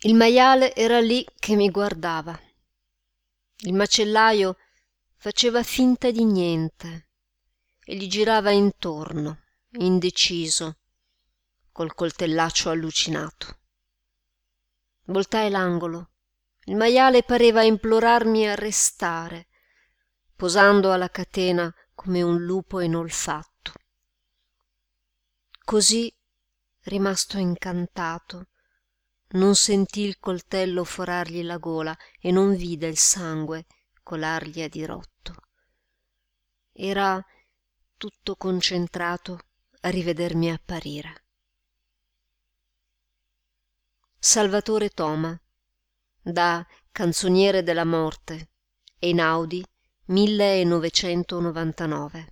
Il maiale era lì che mi guardava. Il macellaio faceva finta di niente e gli girava intorno, indeciso, col coltellaccio allucinato. Voltai l'angolo. Il maiale pareva implorarmi a restare, posando alla catena come un lupo inolfatto. Così, rimasto incantato, non sentì il coltello forargli la gola e non vide il sangue colargli a dirotto. Era tutto concentrato a rivedermi apparire. Salvatore Toma, da Canzoniere della morte, Einaudi 1999.